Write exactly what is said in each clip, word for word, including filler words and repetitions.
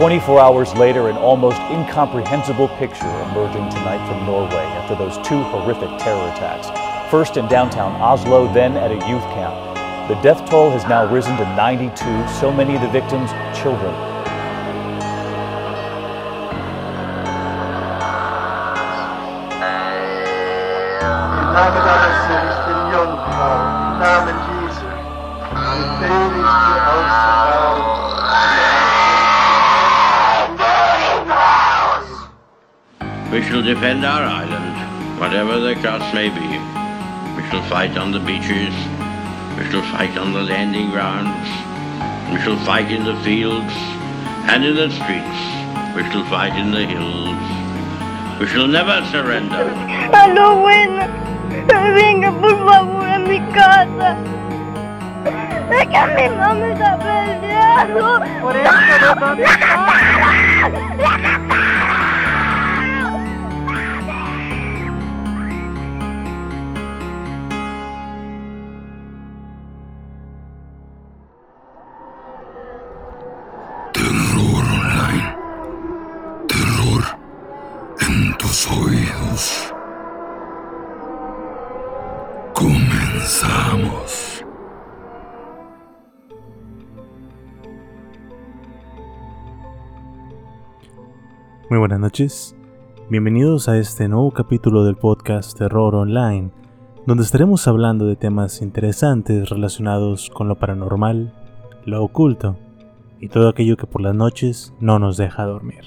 twenty-four hours later, an almost incomprehensible picture emerging tonight from Norway after those two horrific terror attacks. First in downtown Oslo, then at a youth camp. The death toll has now risen to ninety-two, so many of the victims children. We shall defend our island, whatever the cost may be. We shall fight on the beaches. We shall fight on the landing grounds. We shall fight in the fields and in the streets. We shall fight in the hills. We shall never surrender. Aló, buena. Venga, por favor, a mi casa. Es que mi mamá está peleando. Por eso no ¿dónde está? Oídos. Comenzamos. Muy buenas noches, bienvenidos a este nuevo capítulo del podcast Terror Online, donde estaremos hablando de temas interesantes relacionados con lo paranormal, lo oculto y todo aquello que por las noches no nos deja dormir.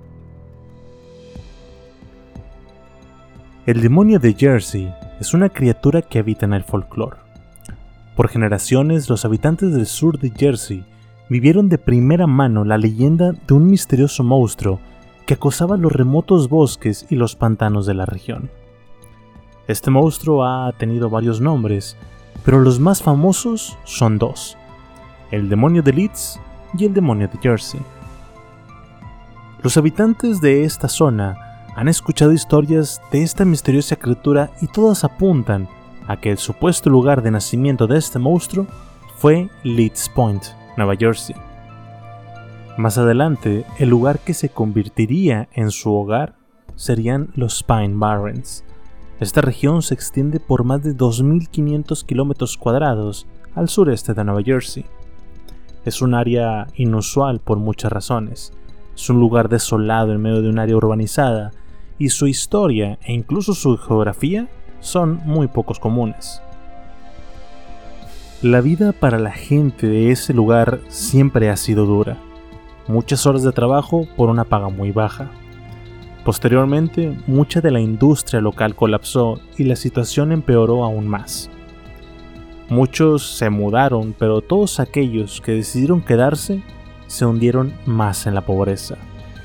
El demonio de Jersey es una criatura que habita en el folclore. Por generaciones, los habitantes del sur de Jersey vivieron de primera mano la leyenda de un misterioso monstruo que acosaba los remotos bosques y los pantanos de la región. Este monstruo ha tenido varios nombres, pero los más famosos son dos: el demonio de Leeds y el demonio de Jersey. Los habitantes de esta zona han escuchado historias de esta misteriosa criatura y todas apuntan a que el supuesto lugar de nacimiento de este monstruo fue Leeds Point, Nueva Jersey. Más adelante, el lugar que se convertiría en su hogar serían los Pine Barrens. Esta región se extiende por más de dos mil quinientos kilómetros cuadrados al sureste de Nueva Jersey. Es un área inusual por muchas razones. Es un lugar desolado en medio de un área urbanizada, y su historia e incluso su geografía son muy pocos comunes. La vida para la gente de ese lugar siempre ha sido dura. Muchas horas de trabajo por una paga muy baja. Posteriormente, mucha de la industria local colapsó y la situación empeoró aún más. Muchos se mudaron, pero todos aquellos que decidieron quedarse se hundieron más en la pobreza.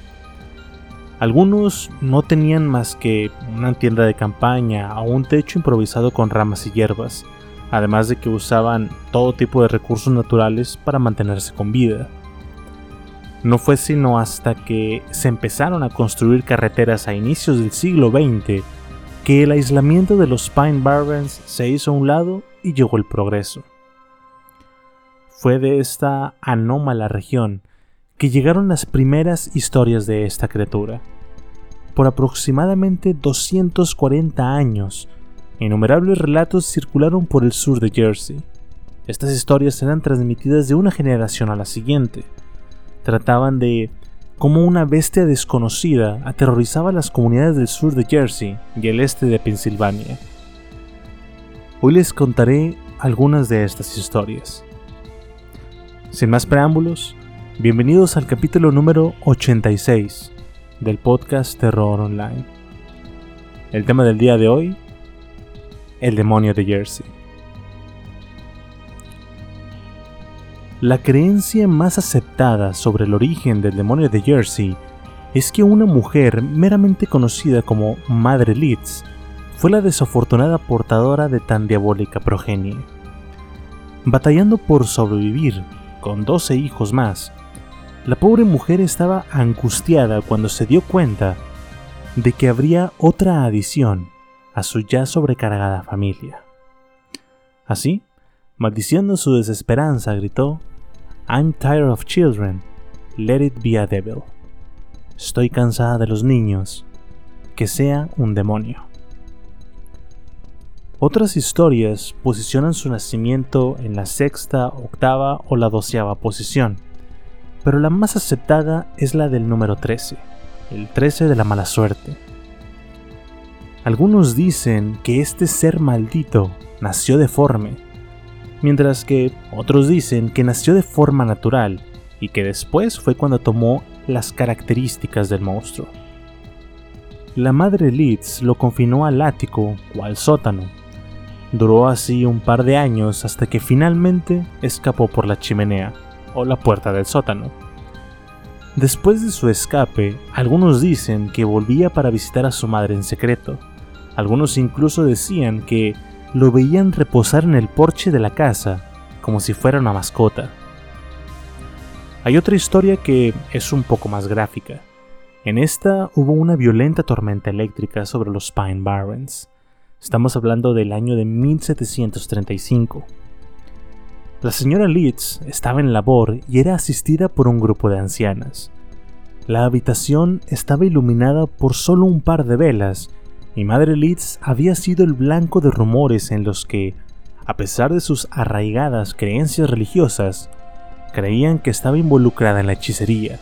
Algunos no tenían más que una tienda de campaña o un techo improvisado con ramas y hierbas, además de que usaban todo tipo de recursos naturales para mantenerse con vida. No fue sino hasta que se empezaron a construir carreteras a inicios del siglo veinte que el aislamiento de los Pine Barrens se hizo a un lado y llegó el progreso. Fue de esta anómala región que llegaron las primeras historias de esta criatura. Por aproximadamente doscientos cuarenta años, innumerables relatos circularon por el sur de Jersey. Estas historias eran transmitidas de una generación a la siguiente. Trataban de cómo una bestia desconocida aterrorizaba las comunidades del sur de Jersey y el este de Pensilvania. Hoy les contaré algunas de estas historias. Sin más preámbulos, bienvenidos al capítulo número ochenta y seis del podcast Terror Online. El tema del día de hoy: el demonio de Jersey. La creencia más aceptada sobre el origen del demonio de Jersey es que una mujer meramente conocida como Madre Leeds fue la desafortunada portadora de tan diabólica progenie. Batallando por sobrevivir con doce hijos más, la pobre mujer estaba angustiada cuando se dio cuenta de que habría otra adición a su ya sobrecargada familia. Así, maldiciendo su desesperanza, gritó: "I'm tired of children, Let It Be a Devil. Estoy cansada de los niños. Que sea un demonio. Otras historias posicionan su nacimiento en la sexta, octava o la doceava posición, pero la más aceptada es la del número trece, el trece de la mala suerte. Algunos dicen que este ser maldito nació deforme, mientras que otros dicen que nació de forma natural y que después fue cuando tomó las características del monstruo. La madre Leeds lo confinó al ático o al sótano. Duró así un par de años hasta que finalmente escapó por la chimenea o la puerta del sótano. Después de su escape, algunos dicen que volvía para visitar a su madre en secreto. Algunos incluso decían que lo veían reposar en el porche de la casa, como si fuera una mascota. Hay otra historia que es un poco más gráfica. En esta hubo una violenta tormenta eléctrica sobre los Pine Barrens. Estamos hablando del año de mil setecientos treinta y cinco. La señora Leeds estaba en labor y era asistida por un grupo de ancianas. La habitación estaba iluminada por solo un par de velas y Madre Leeds había sido el blanco de rumores en los que, a pesar de sus arraigadas creencias religiosas, creían que estaba involucrada en la hechicería.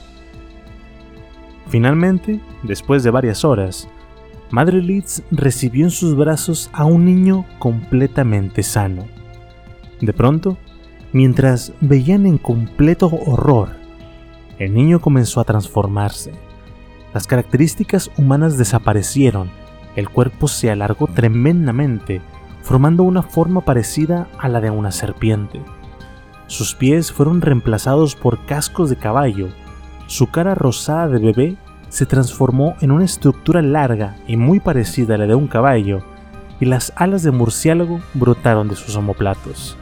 Finalmente, después de varias horas, Madre Leeds recibió en sus brazos a un niño completamente sano. De pronto, mientras veían en completo horror, el niño comenzó a transformarse. Las características humanas desaparecieron, el cuerpo se alargó tremendamente, formando una forma parecida a la de una serpiente. Sus pies fueron reemplazados por cascos de caballo. Su cara rosada de bebé se transformó en una estructura larga y muy parecida a la de un caballo, y las alas de murciélago brotaron de sus omoplatos.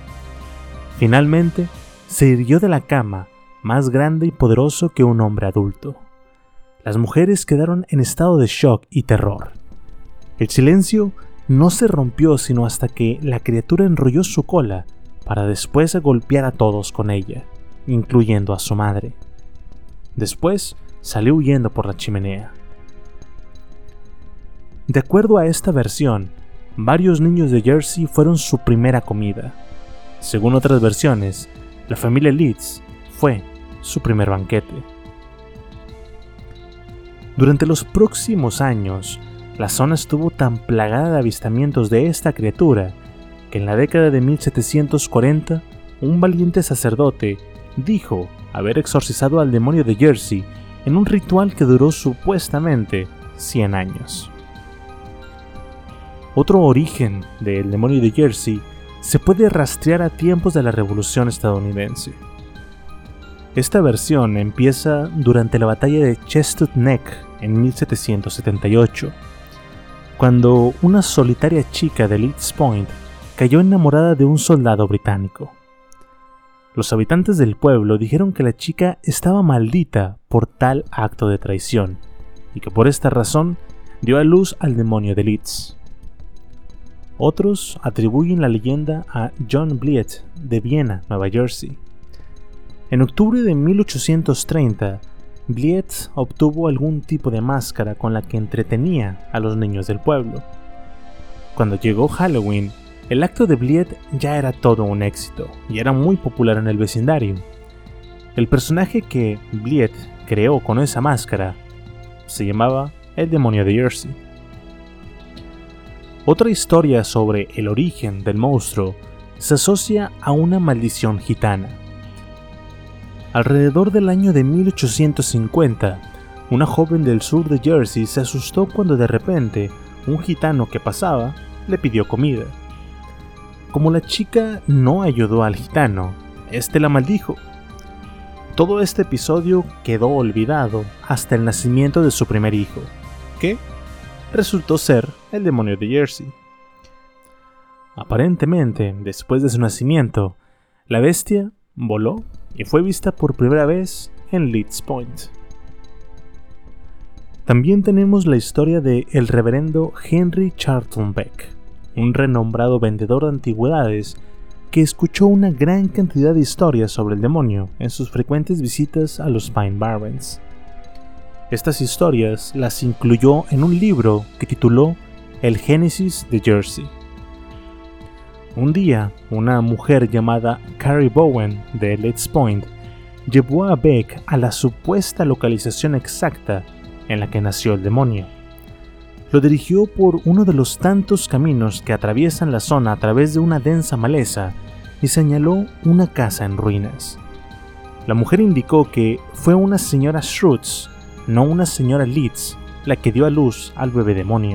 Finalmente, se irguió de la cama, más grande y poderoso que un hombre adulto. Las mujeres quedaron en estado de shock y terror. El silencio no se rompió sino hasta que la criatura enrolló su cola para después golpear a todos con ella, incluyendo a su madre. Después salió huyendo por la chimenea. De acuerdo a esta versión, varios niños de Jersey fueron su primera comida. Según otras versiones, la familia Leeds fue su primer banquete. Durante los próximos años, la zona estuvo tan plagada de avistamientos de esta criatura que en la década de mil setecientos cuarenta, un valiente sacerdote dijo haber exorcizado al demonio de Jersey en un ritual que duró supuestamente cien años. Otro origen del demonio de Jersey se puede rastrear a tiempos de la Revolución estadounidense. Esta versión empieza durante la batalla de Chestnut Neck en mil setecientos setenta y ocho, cuando una solitaria chica de Leeds Point cayó enamorada de un soldado británico. Los habitantes del pueblo dijeron que la chica estaba maldita por tal acto de traición, y que por esta razón dio a luz al demonio de Leeds. Otros atribuyen la leyenda a John Bliet de Viena, Nueva Jersey. En octubre de mil ochocientos treinta, Bliet obtuvo algún tipo de máscara con la que entretenía a los niños del pueblo. Cuando llegó Halloween, el acto de Bliet ya era todo un éxito y era muy popular en el vecindario. El personaje que Bliet creó con esa máscara se llamaba el demonio de Jersey. Otra historia sobre el origen del monstruo se asocia a una maldición gitana. Alrededor del año de mil ochocientos cincuenta, una joven del sur de Jersey se asustó cuando de repente un gitano que pasaba le pidió comida. Como la chica no ayudó al gitano, este la maldijo. Todo este episodio quedó olvidado hasta el nacimiento de su primer hijo, que resultó ser el demonio de Jersey. Aparentemente, después de su nacimiento, la bestia voló y fue vista por primera vez en Leeds Point. También tenemos la historia de el reverendo Henry Charlton Beck, un renombrado vendedor de antigüedades que escuchó una gran cantidad de historias sobre el demonio en sus frecuentes visitas a los Pine Barrens. Estas historias las incluyó en un libro que tituló El Génesis de Jersey. Un día, una mujer llamada Carrie Bowen de Letts Point llevó a Beck a la supuesta localización exacta en la que nació el demonio. Lo dirigió por uno de los tantos caminos que atraviesan la zona a través de una densa maleza y señaló una casa en ruinas. La mujer indicó que fue una señora Schutz, no una señora Leeds, la que dio a luz al bebé demonio.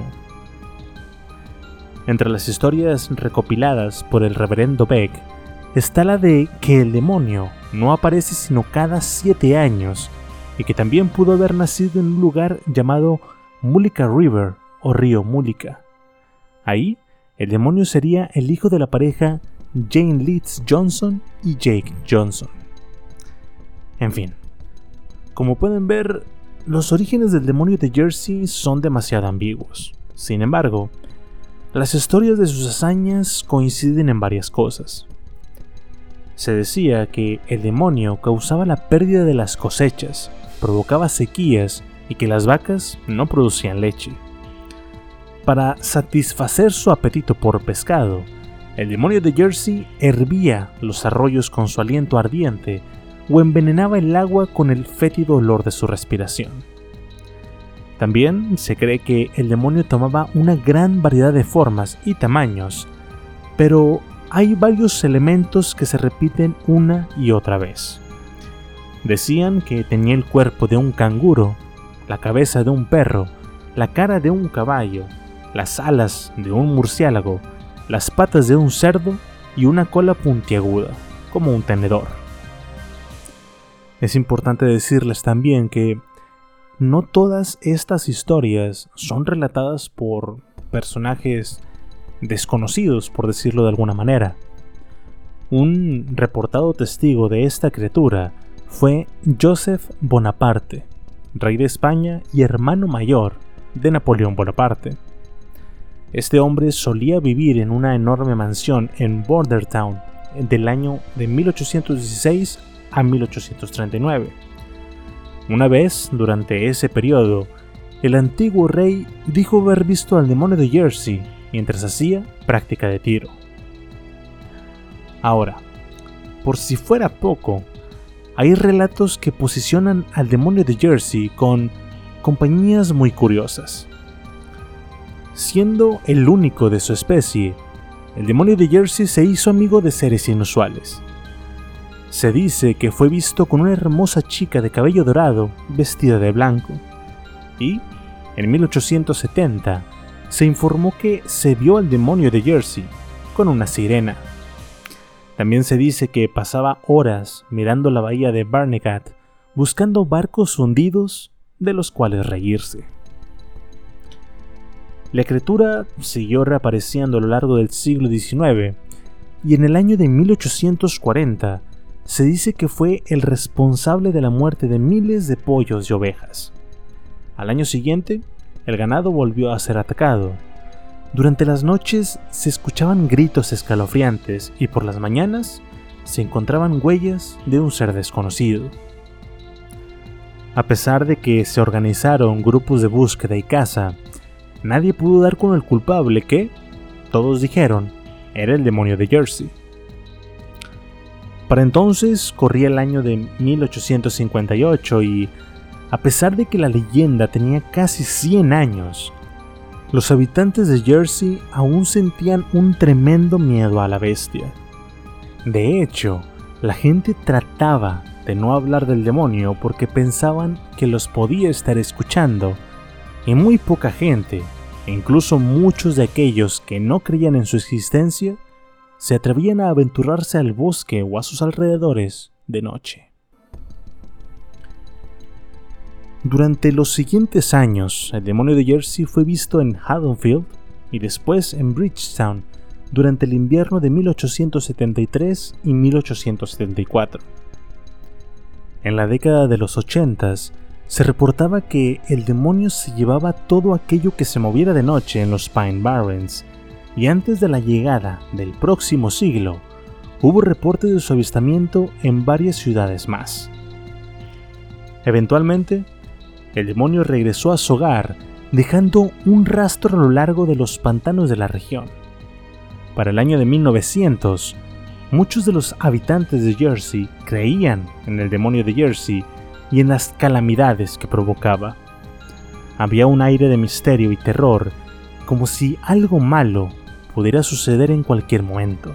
Entre las historias recopiladas por el reverendo Beck está la de que el demonio no aparece sino cada siete años y que también pudo haber nacido en un lugar llamado Mullica River o río Mullica. Ahí, el demonio sería el hijo de la pareja Jane Leeds Johnson y Jake Johnson. En fin, como pueden ver, los orígenes del demonio de Jersey son demasiado ambiguos. Sin embargo, las historias de sus hazañas coinciden en varias cosas. Se decía que el demonio causaba la pérdida de las cosechas, provocaba sequías y que las vacas no producían leche. Para satisfacer su apetito por pescado, el demonio de Jersey hervía los arroyos con su aliento ardiente o envenenaba el agua con el fétido olor de su respiración. También se cree que el demonio tomaba una gran variedad de formas y tamaños, pero hay varios elementos que se repiten una y otra vez. Decían que tenía el cuerpo de un canguro, la cabeza de un perro, la cara de un caballo, las alas de un murciélago, las patas de un cerdo y una cola puntiaguda, como un tenedor. Es importante decirles también que no todas estas historias son relatadas por personajes desconocidos, por decirlo de alguna manera. Un reportado testigo de esta criatura fue Joseph Bonaparte, rey de España y hermano mayor de Napoleón Bonaparte. Este hombre solía vivir en una enorme mansión en Bordertown del año de mil ochocientos dieciséis a mil ochocientos treinta y nueve. Una vez, durante ese periodo, el antiguo rey dijo haber visto al demonio de Jersey mientras hacía práctica de tiro. Ahora, por si fuera poco, hay relatos que posicionan al demonio de Jersey con compañías muy curiosas. Siendo el único de su especie, el demonio de Jersey se hizo amigo de seres inusuales. Se dice que fue visto con una hermosa chica de cabello dorado vestida de blanco, y en mil ochocientos setenta se informó que se vio al demonio de Jersey con una sirena. También se dice que pasaba horas mirando la bahía de Barnegat buscando barcos hundidos de los cuales reírse. La criatura siguió reapareciendo a lo largo del siglo diecinueve y en el año de mil ochocientos cuarenta se dice que fue el responsable de la muerte de miles de pollos y ovejas. Al año siguiente, el ganado volvió a ser atacado. Durante las noches se escuchaban gritos escalofriantes y por las mañanas se encontraban huellas de un ser desconocido. A pesar de que se organizaron grupos de búsqueda y caza, nadie pudo dar con el culpable que, todos dijeron, era el demonio de Jersey. Para entonces corría el año de mil ochocientos cincuenta y ocho y, a pesar de que la leyenda tenía casi cien años, los habitantes de Jersey aún sentían un tremendo miedo a la bestia. De hecho, la gente trataba de no hablar del demonio porque pensaban que los podía estar escuchando, y muy poca gente, e incluso muchos de aquellos que no creían en su existencia, se atrevían a aventurarse al bosque o a sus alrededores de noche. Durante los siguientes años, el demonio de Jersey fue visto en Haddonfield y después en Bridgetown durante el invierno de mil ochocientos setenta y tres y mil ochocientos setenta y cuatro. En la década de los ochentas, se reportaba que el demonio se llevaba todo aquello que se moviera de noche en los Pine Barrens, y antes de la llegada del próximo siglo, hubo reportes de su avistamiento en varias ciudades más. Eventualmente, el demonio regresó a su hogar, dejando un rastro a lo largo de los pantanos de la región. Para el año de mil novecientos, muchos de los habitantes de Jersey creían en el demonio de Jersey y en las calamidades que provocaba. Había un aire de misterio y terror, como si algo malo pudiera suceder en cualquier momento.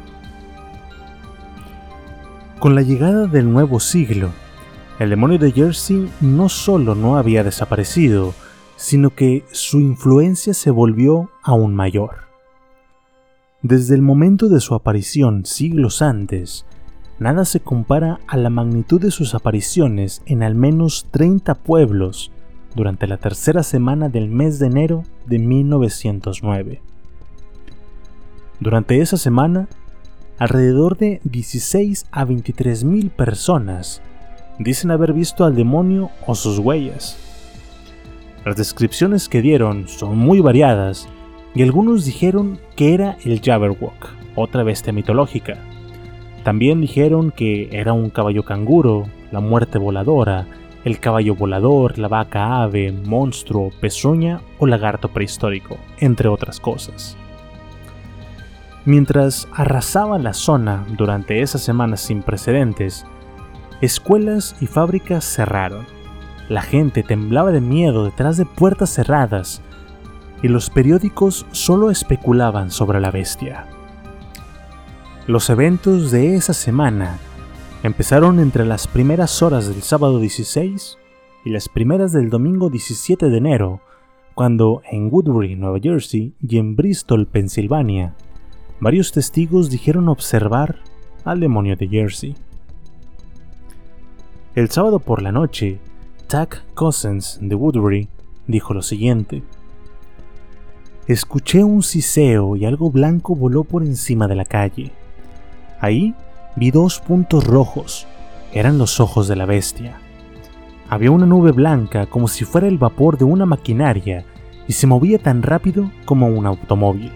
Con la llegada del nuevo siglo, el demonio de Jersey no solo no había desaparecido, sino que su influencia se volvió aún mayor. Desde el momento de su aparición siglos antes, nada se compara a la magnitud de sus apariciones en al menos treinta pueblos durante la tercera semana del mes de enero de mil novecientos nueve. Durante esa semana, alrededor de dieciséis a veintitrés mil personas dicen haber visto al demonio o sus huellas. Las descripciones que dieron son muy variadas y algunos dijeron que era el Jabberwock, otra bestia mitológica. También dijeron que era un caballo canguro, la muerte voladora, el caballo volador, la vaca ave, monstruo, pezuña o lagarto prehistórico, entre otras cosas. Mientras arrasaba la zona durante esas semanas sin precedentes, escuelas y fábricas cerraron. La gente temblaba de miedo detrás de puertas cerradas y los periódicos solo especulaban sobre la bestia. Los eventos de esa semana empezaron entre las primeras horas del sábado dieciséis y las primeras del domingo diecisiete de enero, cuando en Woodbury, Nueva Jersey, y en Bristol, Pensilvania, varios testigos dijeron observar al demonio de Jersey. El sábado por la noche, Tuck Cousins de Woodbury dijo lo siguiente: escuché un siseo y algo blanco voló por encima de la calle. Ahí vi dos puntos rojos, eran los ojos de la bestia. Había una nube blanca como si fuera el vapor de una maquinaria y se movía tan rápido como un automóvil.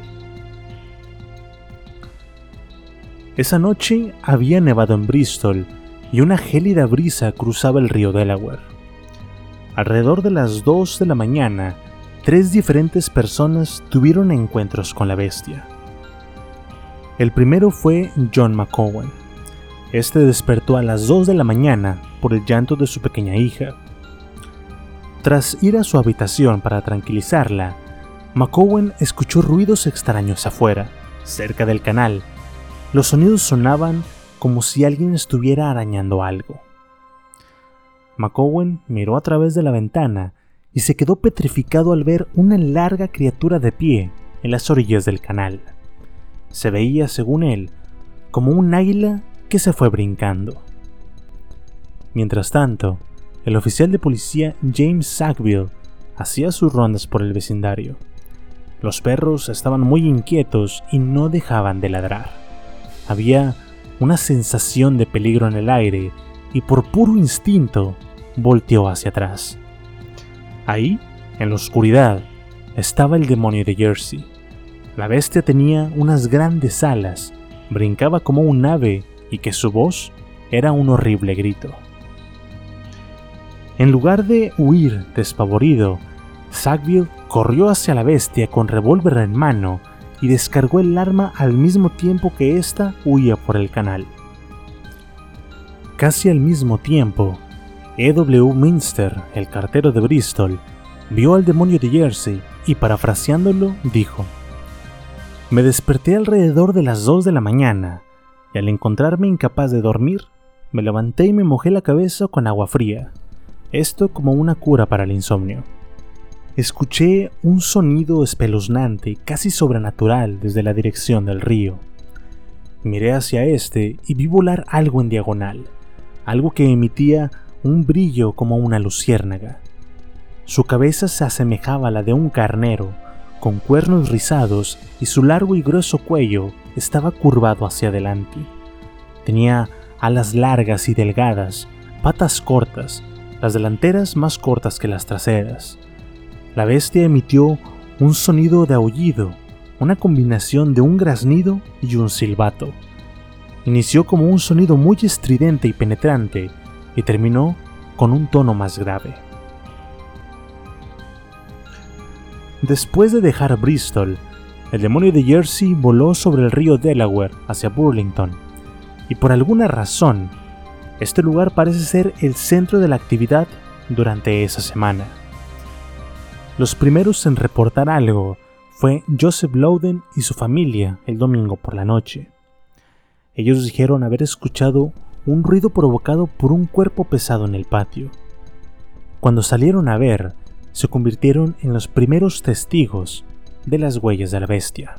Esa noche había nevado en Bristol y una gélida brisa cruzaba el río Delaware. Alrededor de las dos de la mañana, tres diferentes personas tuvieron encuentros con la bestia. El primero fue John McCowan. Este despertó a las dos de la mañana por el llanto de su pequeña hija. Tras ir a su habitación para tranquilizarla, McCowan escuchó ruidos extraños afuera, cerca del canal. Los sonidos sonaban como si alguien estuviera arañando algo. McCowan miró a través de la ventana y se quedó petrificado al ver una larga criatura de pie en las orillas del canal. Se veía, según él, como un águila que se fue brincando. Mientras tanto, el oficial de policía James Sackville hacía sus rondas por el vecindario. Los perros estaban muy inquietos y no dejaban de ladrar. Había una sensación de peligro en el aire y por puro instinto volteó hacia atrás. Ahí, en la oscuridad, estaba el demonio de Jersey. La bestia tenía unas grandes alas, brincaba como un ave y que su voz era un horrible grito. En lugar de huir despavorido, Sackville corrió hacia la bestia con revólver en mano y descargó el arma al mismo tiempo que ésta huía por el canal. Casi al mismo tiempo, E W Minster, el cartero de Bristol, vio al demonio de Jersey y, parafraseándolo, dijo: me desperté alrededor de las dos de la mañana y al encontrarme incapaz de dormir, me levanté y me mojé la cabeza con agua fría, esto como una cura para el insomnio. Escuché un sonido espeluznante, casi sobrenatural, desde la dirección del río. Miré hacia este y vi volar algo en diagonal, algo que emitía un brillo como una luciérnaga. Su cabeza se asemejaba a la de un carnero, con cuernos rizados, y su largo y grueso cuello estaba curvado hacia adelante. Tenía alas largas y delgadas, patas cortas, las delanteras más cortas que las traseras. La bestia emitió un sonido de aullido, una combinación de un graznido y un silbato. inició como un sonido muy estridente y penetrante y terminó con un tono más grave. Después de dejar Bristol, el demonio de Jersey voló sobre el río Delaware hacia Burlington, y por alguna razón, este lugar parece ser el centro de la actividad durante esa semana. Los primeros en reportar algo fue Joseph Loudon y su familia el domingo por la noche. Ellos dijeron haber escuchado un ruido provocado por un cuerpo pesado en el patio. Cuando salieron a ver, se convirtieron en los primeros testigos de las huellas de la bestia.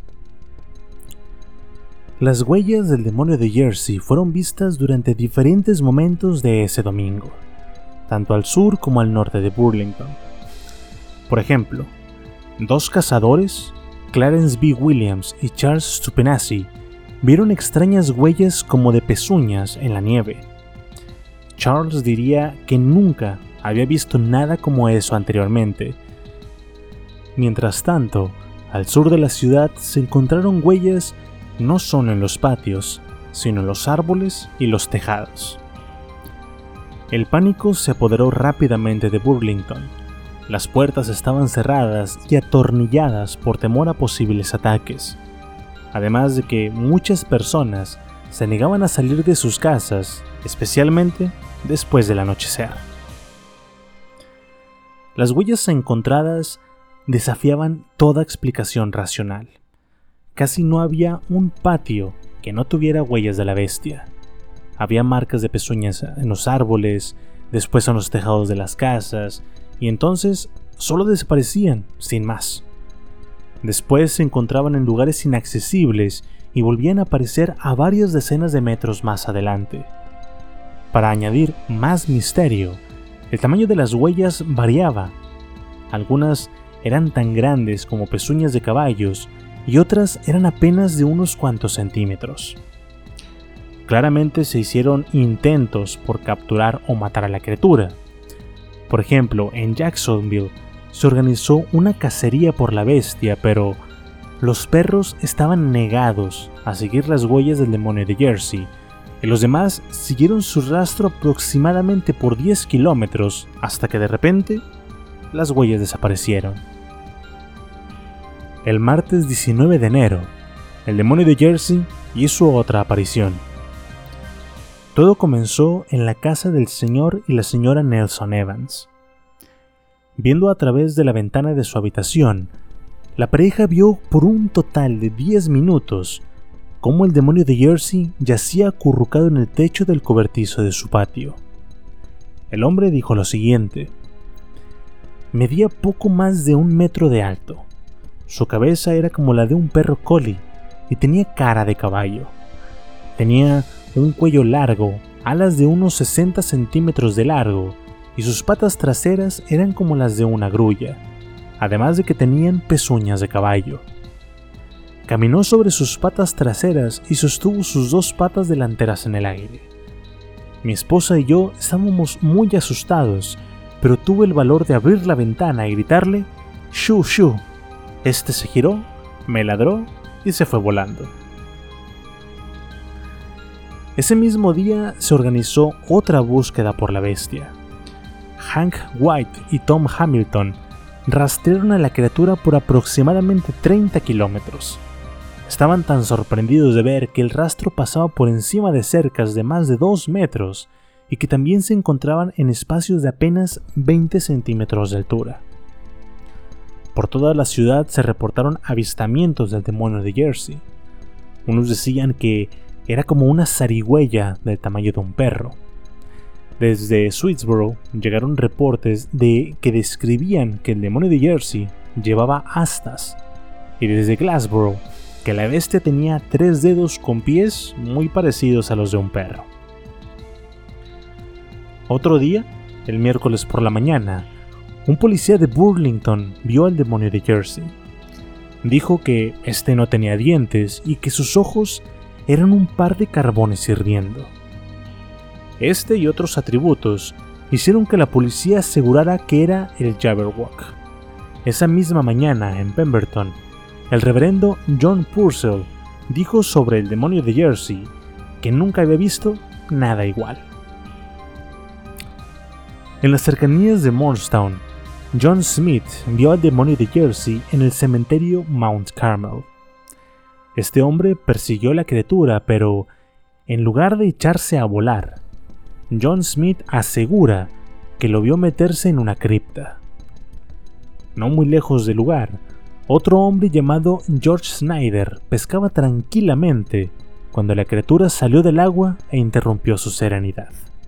Las huellas del demonio de Jersey fueron vistas durante diferentes momentos de ese domingo, tanto al sur como al norte de Burlington. Por ejemplo, dos cazadores, Clarence B. Williams y Charles Stupenasi, vieron extrañas huellas como de pezuñas en la nieve. Charles diría que nunca había visto nada como eso anteriormente. Mientras tanto, al sur de la ciudad se encontraron huellas no solo en los patios, sino en los árboles y los tejados. El pánico se apoderó rápidamente de Burlington. Las puertas estaban cerradas y atornilladas por temor a posibles ataques, además de que muchas personas se negaban a salir de sus casas, especialmente después del anochecer. Las huellas encontradas desafiaban toda explicación racional. Casi no había un patio que no tuviera huellas de la bestia. Había marcas de pezuñas en los árboles, después en los tejados de las casas, y entonces solo desaparecían, sin más. Después se encontraban en lugares inaccesibles y volvían a aparecer a varias decenas de metros más adelante. Para añadir más misterio, el tamaño de las huellas variaba. Algunas eran tan grandes como pezuñas de caballos y otras eran apenas de unos cuantos centímetros. Claramente se hicieron intentos por capturar o matar a la criatura. Por ejemplo, en Jacksonville se organizó una cacería por la bestia, pero los perros estaban negados a seguir las huellas del demonio de Jersey, y los demás siguieron su rastro aproximadamente por diez kilómetros hasta que de repente las huellas desaparecieron. El martes diecinueve de enero, el demonio de Jersey hizo otra aparición. Todo comenzó en la casa del señor y la señora Nelson Evans. Viendo a través de la ventana de su habitación, la pareja vio por un total de diez minutos cómo el demonio de Jersey yacía acurrucado en el techo del cobertizo de su patio. El hombre dijo lo siguiente: medía poco más de un metro de alto. Su cabeza era como la de un perro collie y tenía cara de caballo. Tenía un cuello largo, alas de unos sesenta centímetros de largo, y sus patas traseras eran como las de una grulla, además de que tenían pezuñas de caballo. Caminó sobre sus patas traseras y sostuvo sus dos patas delanteras en el aire. Mi esposa y yo estábamos muy asustados, pero tuve el valor de abrir la ventana y gritarle "Shoo, shoo". Este se giró, me ladró y se fue volando. Ese mismo día se organizó otra búsqueda por la bestia. Hank White y Tom Hamilton rastrearon a la criatura por aproximadamente treinta kilómetros. Estaban tan sorprendidos de ver que el rastro pasaba por encima de cercas de más de dos metros y que también se encontraban en espacios de apenas veinte centímetros de altura. Por toda la ciudad se reportaron avistamientos del demonio de Jersey. Unos decían que era como una zarigüeya del tamaño de un perro. Desde Swedesboro llegaron reportes de que describían que el demonio de Jersey llevaba astas, y desde Glassboro que la bestia tenía tres dedos con pies muy parecidos a los de un perro. Otro día, el miércoles por la mañana, un policía de Burlington vio al demonio de Jersey. Dijo que este no tenía dientes y que sus ojos eran un par de carbones hirviendo. Este y otros atributos hicieron que la policía asegurara que era el Jabberwock. Esa misma mañana, en Pemberton, el reverendo John Purcell dijo sobre el demonio de Jersey que nunca había visto nada igual. En las cercanías de Morristown, John Smith vio al demonio de Jersey en el cementerio Mount Carmel. Este hombre persiguió a la criatura, pero en lugar de echarse a volar, John Smith asegura que lo vio meterse en una cripta. No muy lejos del lugar, otro hombre llamado George Snyder pescaba tranquilamente cuando la criatura salió del agua e interrumpió su serenidad.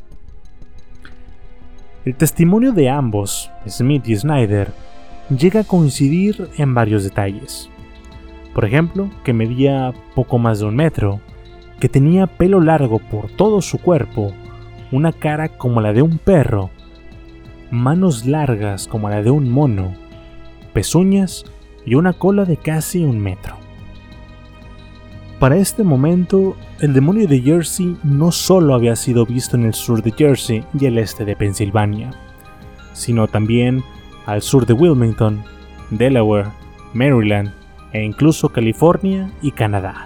El testimonio de ambos, Smith y Snyder, llega a coincidir en varios detalles. Por ejemplo, que medía poco más de un metro, que tenía pelo largo por todo su cuerpo, una cara como la de un perro, manos largas como la de un mono, pezuñas y una cola de casi un metro. Para este momento, el demonio de Jersey no solo había sido visto en el sur de Jersey y el este de Pensilvania, sino también al sur de Wilmington, Delaware, Maryland e incluso California y Canadá.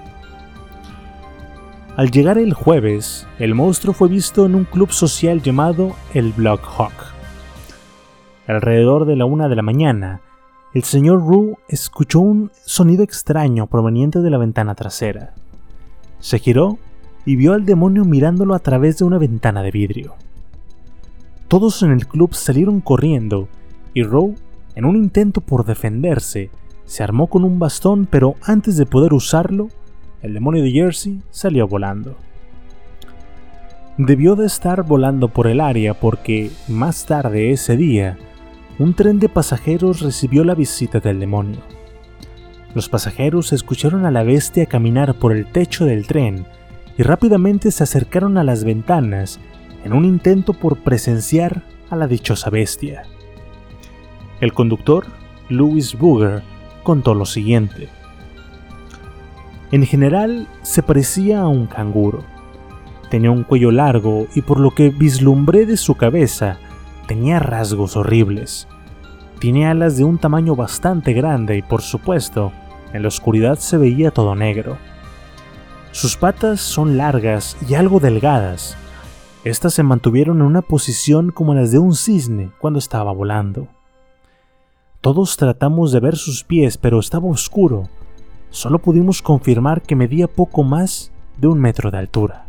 Al llegar el jueves, el monstruo fue visto en un club social llamado el Black Hawk. Alrededor de la una de la mañana, el señor Rue escuchó un sonido extraño proveniente de la ventana trasera. Se giró y vio al demonio mirándolo a través de una ventana de vidrio. Todos en el club salieron corriendo y Rue, en un intento por defenderse, se armó con un bastón, pero antes de poder usarlo, el demonio de Jersey salió volando. Debió de estar volando por el área porque, más tarde ese día, un tren de pasajeros recibió la visita del demonio. Los pasajeros escucharon a la bestia caminar por el techo del tren y rápidamente se acercaron a las ventanas en un intento por presenciar a la dichosa bestia. El conductor, Louis Booger, contó lo siguiente. En general, se parecía a un canguro. Tenía un cuello largo y por lo que vislumbré de su cabeza, tenía rasgos horribles. Tiene alas de un tamaño bastante grande y, por supuesto, en la oscuridad se veía todo negro. Sus patas son largas y algo delgadas. Estas se mantuvieron en una posición como las de un cisne cuando estaba volando. Todos tratamos de ver sus pies, pero estaba oscuro. Solo pudimos confirmar que medía poco más de un metro de altura.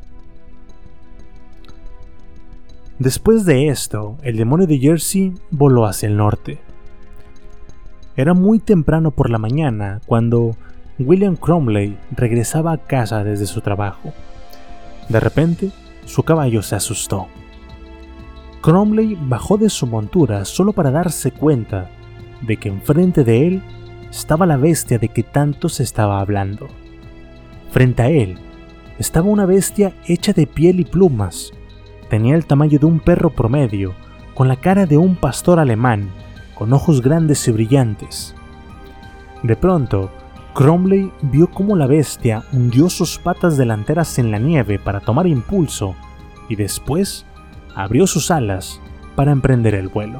Después de esto, el demonio de Jersey voló hacia el norte. Era muy temprano por la mañana cuando William Cromley regresaba a casa desde su trabajo. De repente, su caballo se asustó. Cromley bajó de su montura solo para darse cuenta de que enfrente de él estaba la bestia de que tanto se estaba hablando. Frente a él estaba una bestia hecha de piel y plumas. Tenía el tamaño de un perro promedio, con la cara de un pastor alemán, con ojos grandes y brillantes. De pronto, Cromley vio cómo la bestia hundió sus patas delanteras en la nieve para tomar impulso y después abrió sus alas para emprender el vuelo.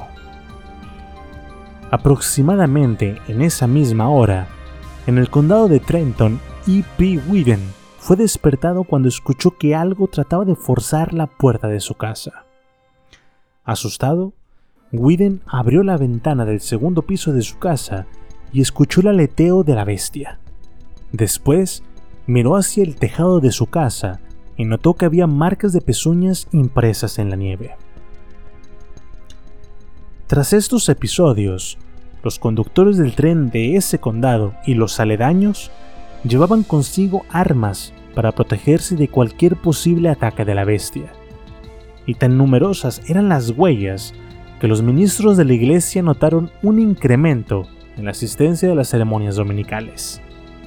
Aproximadamente en esa misma hora, en el condado de Trenton, E P Whedon fue despertado cuando escuchó que algo trataba de forzar la puerta de su casa. Asustado, Whedon abrió la ventana del segundo piso de su casa y escuchó el aleteo de la bestia. Después, miró hacia el tejado de su casa y notó que había marcas de pezuñas impresas en la nieve. Tras estos episodios, los conductores del tren de ese condado y los aledaños llevaban consigo armas para protegerse de cualquier posible ataque de la bestia. Y tan numerosas eran las huellas que los ministros de la iglesia notaron un incremento en la asistencia de las ceremonias dominicales.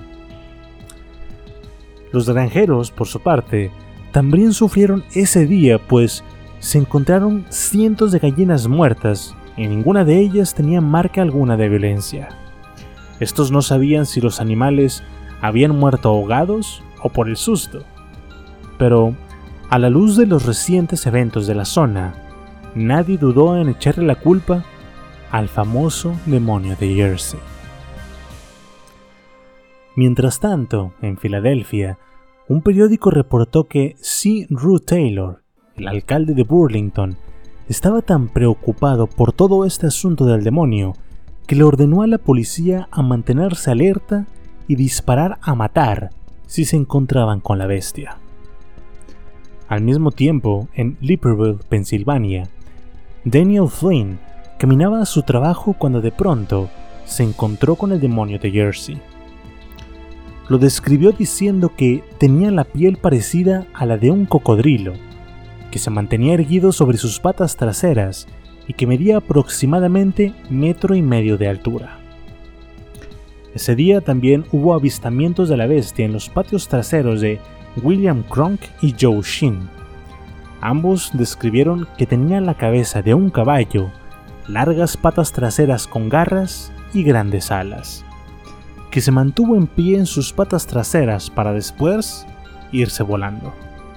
Los granjeros, por su parte, también sufrieron ese día, pues se encontraron cientos de gallinas muertas y ninguna de ellas tenía marca alguna de violencia. Estos no sabían si los animales habían muerto ahogados o por el susto, pero a la luz de los recientes eventos de la zona, nadie dudó en echarle la culpa al famoso demonio de Jersey. Mientras tanto, en Filadelfia, un periódico reportó que C. Rue Taylor, el alcalde de Burlington, estaba tan preocupado por todo este asunto del demonio que le ordenó a la policía a mantenerse alerta y disparar a matar si se encontraban con la bestia. Al mismo tiempo, en Libreville, Pensilvania, Daniel Flynn caminaba a su trabajo cuando de pronto se encontró con el demonio de Jersey. Lo describió diciendo que tenía la piel parecida a la de un cocodrilo, que se mantenía erguido sobre sus patas traseras y que medía aproximadamente metro y medio de altura. Ese día también hubo avistamientos de la bestia en los patios traseros de William Cronk y Joe Shinn. Ambos describieron que tenía la cabeza de un caballo, largas patas traseras con garras y grandes alas, que se mantuvo en pie en sus patas traseras para después irse volando.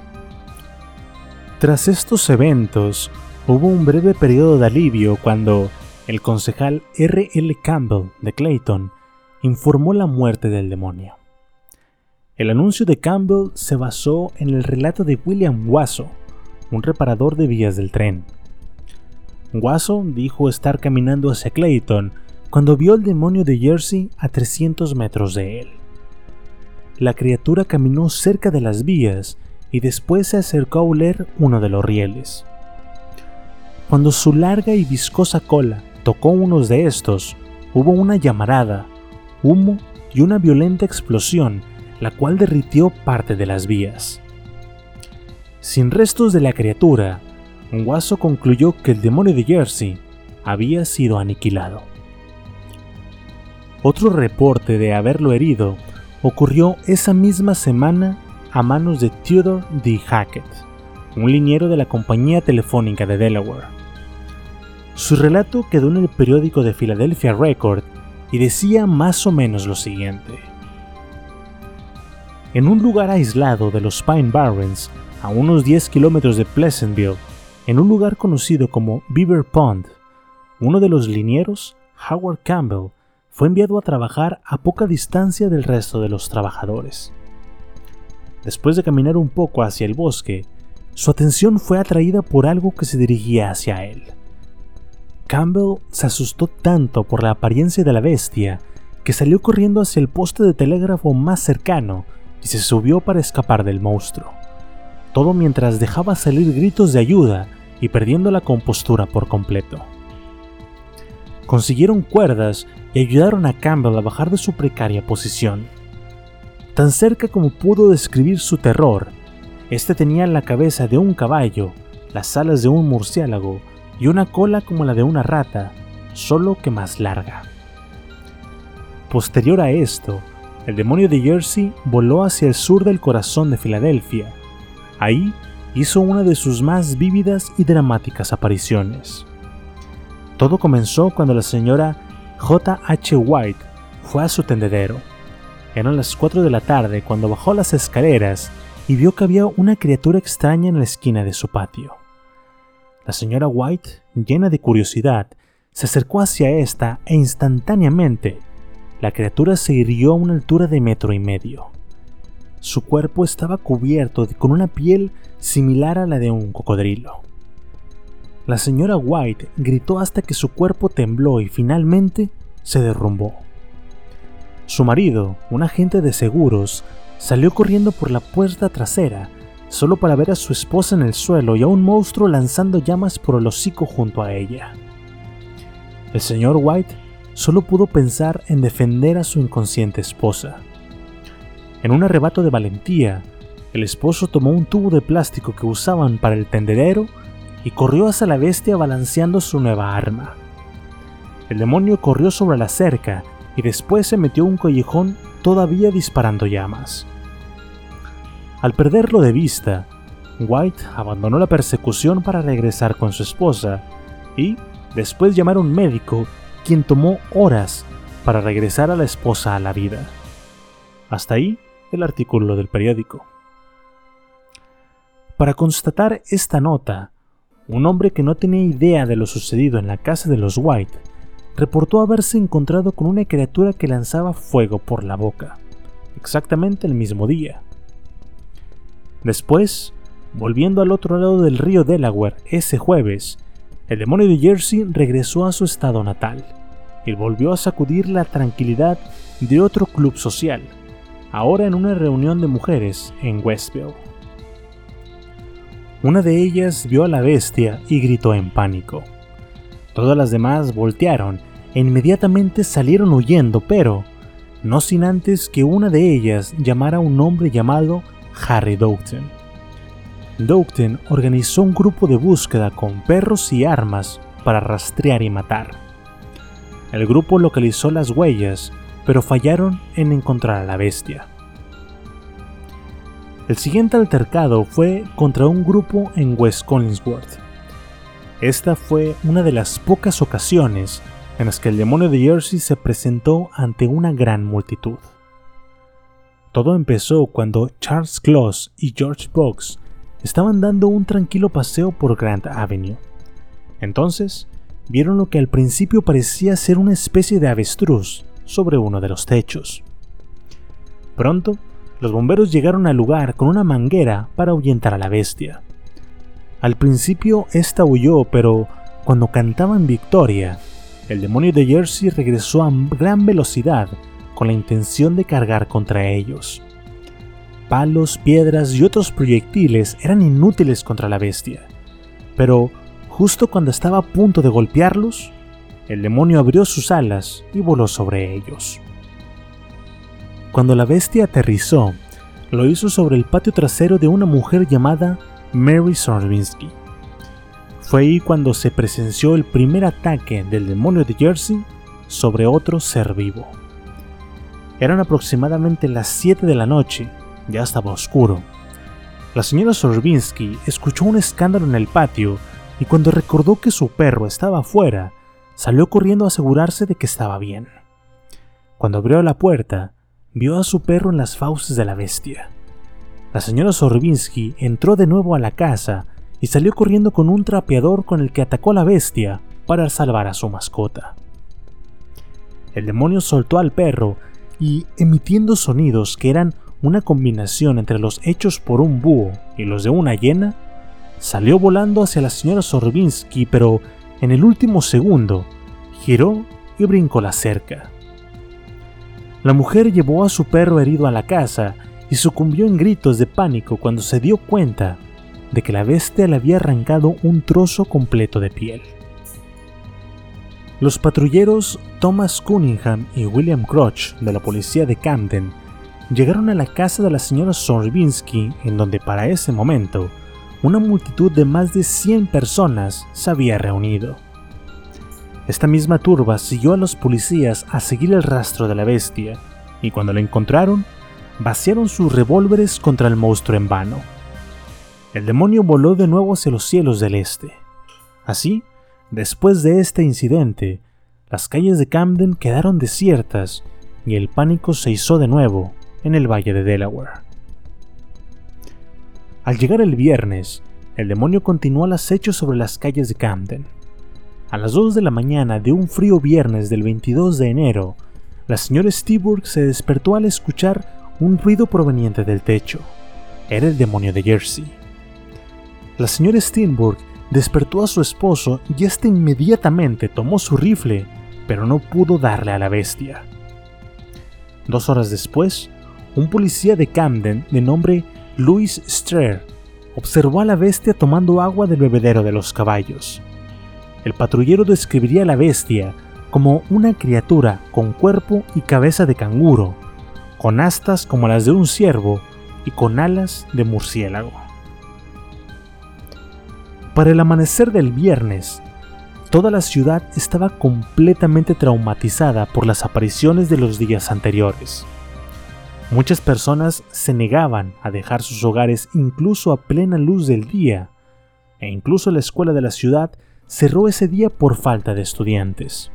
Tras estos eventos, hubo un breve periodo de alivio cuando el concejal R L Campbell de Clayton informó la muerte del demonio. El anuncio de Campbell se basó en el relato de William Wasso, un reparador de vías del tren. Wasso dijo estar caminando hacia Clayton cuando vio al demonio de Jersey a trescientos metros de él. La criatura caminó cerca de las vías y después se acercó a oler uno de los rieles. Cuando su larga y viscosa cola tocó unos de estos, hubo una llamarada, humo y una violenta explosión, la cual derritió parte de las vías. Sin restos de la criatura, Wasso concluyó que el demonio de Jersey había sido aniquilado. Otro reporte de haberlo herido ocurrió esa misma semana a manos de Theodore D. Hackett, un liniero de la compañía telefónica de Delaware. Su relato quedó en el periódico de Philadelphia Record y decía más o menos lo siguiente. En un lugar aislado de los Pine Barrens, a unos diez kilómetros de Pleasantville, en un lugar conocido como Beaver Pond, uno de los linieros, Howard Campbell, fue enviado a trabajar a poca distancia del resto de los trabajadores. Después de caminar un poco hacia el bosque, su atención fue atraída por algo que se dirigía hacia él. Campbell se asustó tanto por la apariencia de la bestia que salió corriendo hacia el poste de telégrafo más cercano y se subió para escapar del monstruo, todo mientras dejaba salir gritos de ayuda y perdiendo la compostura por completo. Consiguieron cuerdas y ayudaron a Campbell a bajar de su precaria posición. Tan cerca como pudo describir su terror, este tenía la cabeza de un caballo, las alas de un murciélago y una cola como la de una rata, solo que más larga. Posterior a esto, el demonio de Jersey voló hacia el sur del corazón de Filadelfia. Ahí hizo una de sus más vívidas y dramáticas apariciones. Todo comenzó cuando la señora J H White fue a su tendedero. Eran las cuatro de la tarde cuando bajó las escaleras y vio que había una criatura extraña en la esquina de su patio. La señora White, llena de curiosidad, se acercó hacia esta e instantáneamente la criatura se irguió a una altura de metro y medio. Su cuerpo estaba cubierto de, con una piel similar a la de un cocodrilo. La señora White gritó hasta que su cuerpo tembló y finalmente se derrumbó. Su marido, un agente de seguros, salió corriendo por la puerta trasera solo para ver a su esposa en el suelo y a un monstruo lanzando llamas por el hocico junto a ella. El señor White solo pudo pensar en defender a su inconsciente esposa. En un arrebato de valentía, el esposo tomó un tubo de plástico que usaban para el tendedero y corrió hacia la bestia balanceando su nueva arma. El demonio corrió sobre la cerca y después se metió a un callejón todavía disparando llamas. Al perderlo de vista, White abandonó la persecución para regresar con su esposa y después llamar a un médico quien tomó horas para regresar a la esposa a la vida. Hasta ahí el artículo del periódico. Para constatar esta nota, un hombre que no tenía idea de lo sucedido en la casa de los White reportó haberse encontrado con una criatura que lanzaba fuego por la boca, exactamente el mismo día. Después, volviendo al otro lado del río Delaware ese jueves, el demonio de Jersey regresó a su estado natal y volvió a sacudir la tranquilidad de otro club social, ahora en una reunión de mujeres en Westville. Una de ellas vio a la bestia y gritó en pánico. Todas las demás voltearon e inmediatamente salieron huyendo, pero no sin antes que una de ellas llamara a un hombre llamado Harry Doughton. Doughton organizó un grupo de búsqueda con perros y armas para rastrear y matar. El grupo localizó las huellas, pero fallaron en encontrar a la bestia. El siguiente altercado fue contra un grupo en West Collingsworth. Esta fue una de las pocas ocasiones en las que el demonio de Jersey se presentó ante una gran multitud. Todo empezó cuando Charles Close y George Box estaban dando un tranquilo paseo por Grant Avenue. Entonces, vieron lo que al principio parecía ser una especie de avestruz sobre uno de los techos. Pronto, los bomberos llegaron al lugar con una manguera para ahuyentar a la bestia. Al principio, esta huyó, pero cuando cantaban victoria, el demonio de Jersey regresó a gran velocidad con la intención de cargar contra ellos. Palos, piedras y otros proyectiles eran inútiles contra la bestia, pero justo cuando estaba a punto de golpearlos, el demonio abrió sus alas y voló sobre ellos. Cuando la bestia aterrizó, lo hizo sobre el patio trasero de una mujer llamada Mary Sorbinsky. Fue ahí cuando se presenció el primer ataque del demonio de Jersey sobre otro ser vivo. Eran aproximadamente las siete de la noche, ya estaba oscuro. La señora Sorbinsky escuchó un escándalo en el patio y cuando recordó que su perro estaba afuera, salió corriendo a asegurarse de que estaba bien. Cuando abrió la puerta, vio a su perro en las fauces de la bestia. La señora Sorbinsky entró de nuevo a la casa y salió corriendo con un trapeador con el que atacó a la bestia para salvar a su mascota. El demonio soltó al perro y, emitiendo sonidos que eran una combinación entre los hechos por un búho y los de una hiena, salió volando hacia la señora Sorbinsky, pero en el último segundo giró y brincó la cerca. La mujer llevó a su perro herido a la casa y sucumbió en gritos de pánico cuando se dio cuenta de que la bestia le había arrancado un trozo completo de piel. Los patrulleros Thomas Cunningham y William Crotch de la policía de Camden llegaron a la casa de la señora Sorbinsky, en donde para ese momento una multitud de más de cien personas se había reunido. Esta misma turba siguió a los policías a seguir el rastro de la bestia, y cuando la encontraron, vaciaron sus revólveres contra el monstruo en vano. El demonio voló de nuevo hacia los cielos del este. Así, después de este incidente, las calles de Camden quedaron desiertas y el pánico se hizo de nuevo en el valle de Delaware. Al llegar el viernes, el demonio continuó al acecho sobre las calles de Camden. A las dos de la mañana de un frío viernes del veintidós de enero, la señora Steenburg se despertó al escuchar un ruido proveniente del techo. Era el demonio de Jersey. La señora Steenburg despertó a su esposo y éste inmediatamente tomó su rifle, pero no pudo darle a la bestia. Dos horas después, un policía de Camden de nombre Louis Strayer observó a la bestia tomando agua del bebedero de los caballos. El patrullero describiría a la bestia como una criatura con cuerpo y cabeza de canguro, con astas como las de un ciervo y con alas de murciélago. Para el amanecer del viernes, toda la ciudad estaba completamente traumatizada por las apariciones de los días anteriores. Muchas personas se negaban a dejar sus hogares incluso a plena luz del día, e incluso la escuela de la ciudad cerró ese día por falta de estudiantes.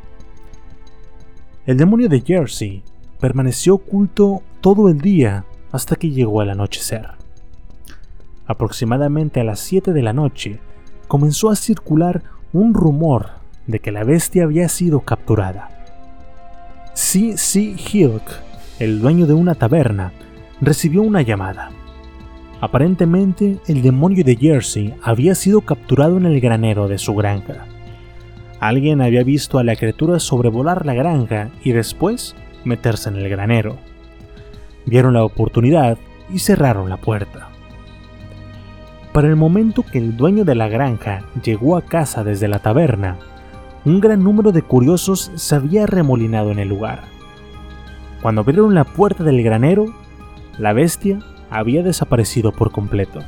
El demonio de Jersey permaneció oculto todo el día hasta que llegó el anochecer. Aproximadamente a las siete de la noche, comenzó a circular un rumor de que la bestia había sido capturada. C C Hilk, el dueño de una taberna, recibió una llamada. Aparentemente, el demonio de Jersey había sido capturado en el granero de su granja. Alguien había visto a la criatura sobrevolar la granja y después meterse en el granero. Vieron la oportunidad y cerraron la puerta. Para el momento que el dueño de la granja llegó a casa desde la taberna, un gran número de curiosos se había arremolinado en el lugar. Cuando abrieron la puerta del granero, la bestia había desaparecido por completo.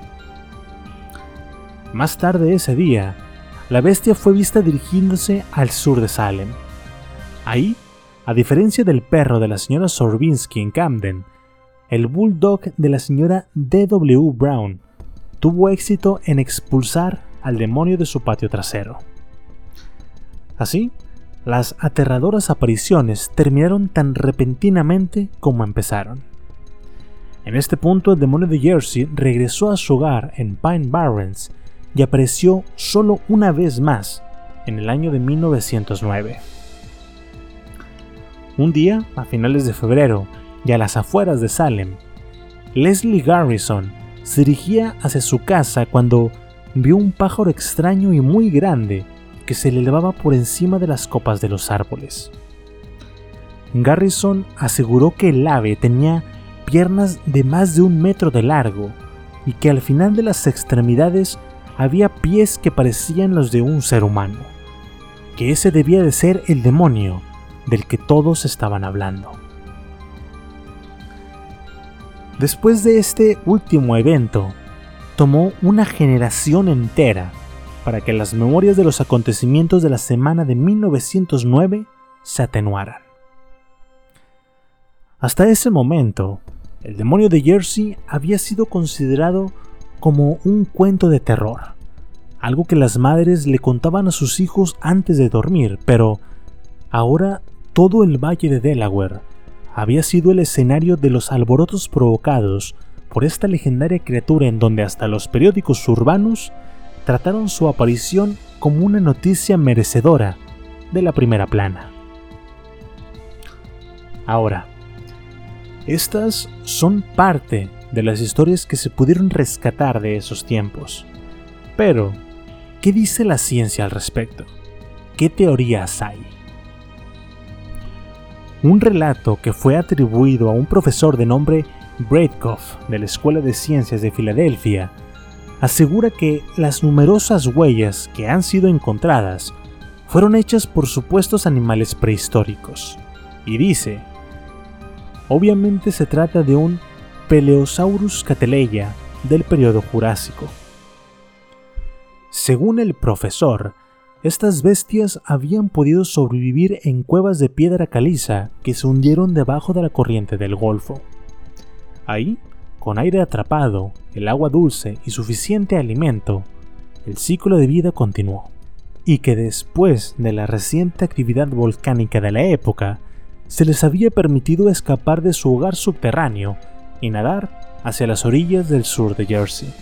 Más tarde ese día, la bestia fue vista dirigiéndose al sur de Salem. Ahí, a diferencia del perro de la señora Sorbinsky en Camden, el bulldog de la señora D W Brown tuvo éxito en expulsar al demonio de su patio trasero. Así, las aterradoras apariciones terminaron tan repentinamente como empezaron. En este punto, el demonio de Jersey regresó a su hogar en Pine Barrens y apareció solo una vez más en el año de mil novecientos nueve. Un día, a finales de febrero y a las afueras de Salem, Leslie Garrison se dirigía hacia su casa cuando vio un pájaro extraño y muy grande que se le elevaba por encima de las copas de los árboles. Garrison aseguró que el ave tenía piernas de más de un metro de largo y que al final de las extremidades había pies que parecían los de un ser humano, que ese debía de ser el demonio del que todos estaban hablando. Después de este último evento, tomó una generación entera para que las memorias de los acontecimientos de la semana de mil novecientos nueve se atenuaran. Hasta ese momento, el demonio de Jersey había sido considerado como un cuento de terror, algo que las madres le contaban a sus hijos antes de dormir, pero ahora todo el valle de Delaware había sido el escenario de los alborotos provocados por esta legendaria criatura, en donde hasta los periódicos urbanos trataron su aparición como una noticia merecedora de la primera plana. Ahora, estas son parte de las historias que se pudieron rescatar de esos tiempos. Pero, ¿qué dice la ciencia al respecto? ¿Qué teorías hay? Un relato que fue atribuido a un profesor de nombre Breitkopf de la Escuela de Ciencias de Filadelfia asegura que las numerosas huellas que han sido encontradas fueron hechas por supuestos animales prehistóricos, y dice: obviamente se trata de un Peleosaurus cateleya del periodo Jurásico. Según el profesor, estas bestias habían podido sobrevivir en cuevas de piedra caliza que se hundieron debajo de la corriente del Golfo. Ahí, con aire atrapado, el agua dulce y suficiente alimento, el ciclo de vida continuó, y que después de la reciente actividad volcánica de la época, se les había permitido escapar de su hogar subterráneo y nadar hacia las orillas del sur de Jersey.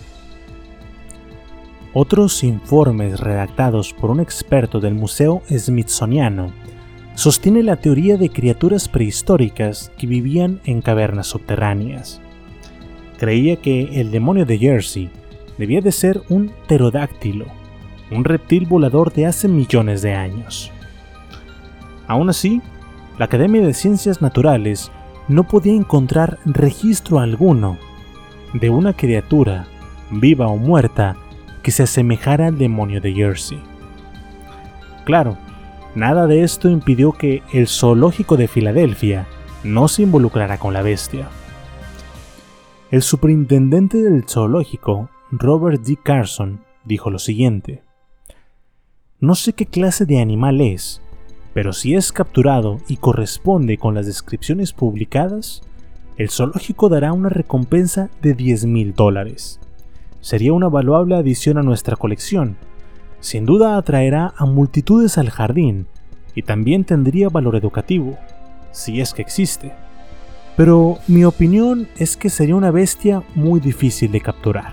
Otros informes redactados por un experto del Museo Smithsoniano sostienen la teoría de criaturas prehistóricas que vivían en cavernas subterráneas. Creía que el demonio de Jersey debía de ser un pterodáctilo, un reptil volador de hace millones de años. Aún así, la Academia de Ciencias Naturales no podía encontrar registro alguno de una criatura, viva o muerta, que se asemejara al demonio de Jersey. Claro, nada de esto impidió que el zoológico de Filadelfia no se involucrara con la bestia. El superintendente del zoológico, Robert D. Carson, dijo lo siguiente: no sé qué clase de animal es, pero si es capturado y corresponde con las descripciones publicadas, el zoológico dará una recompensa de diez mil dólares. Sería una valuable adición a nuestra colección. Sin duda atraerá a multitudes al jardín y también tendría valor educativo, si es que existe. Pero mi opinión es que sería una bestia muy difícil de capturar.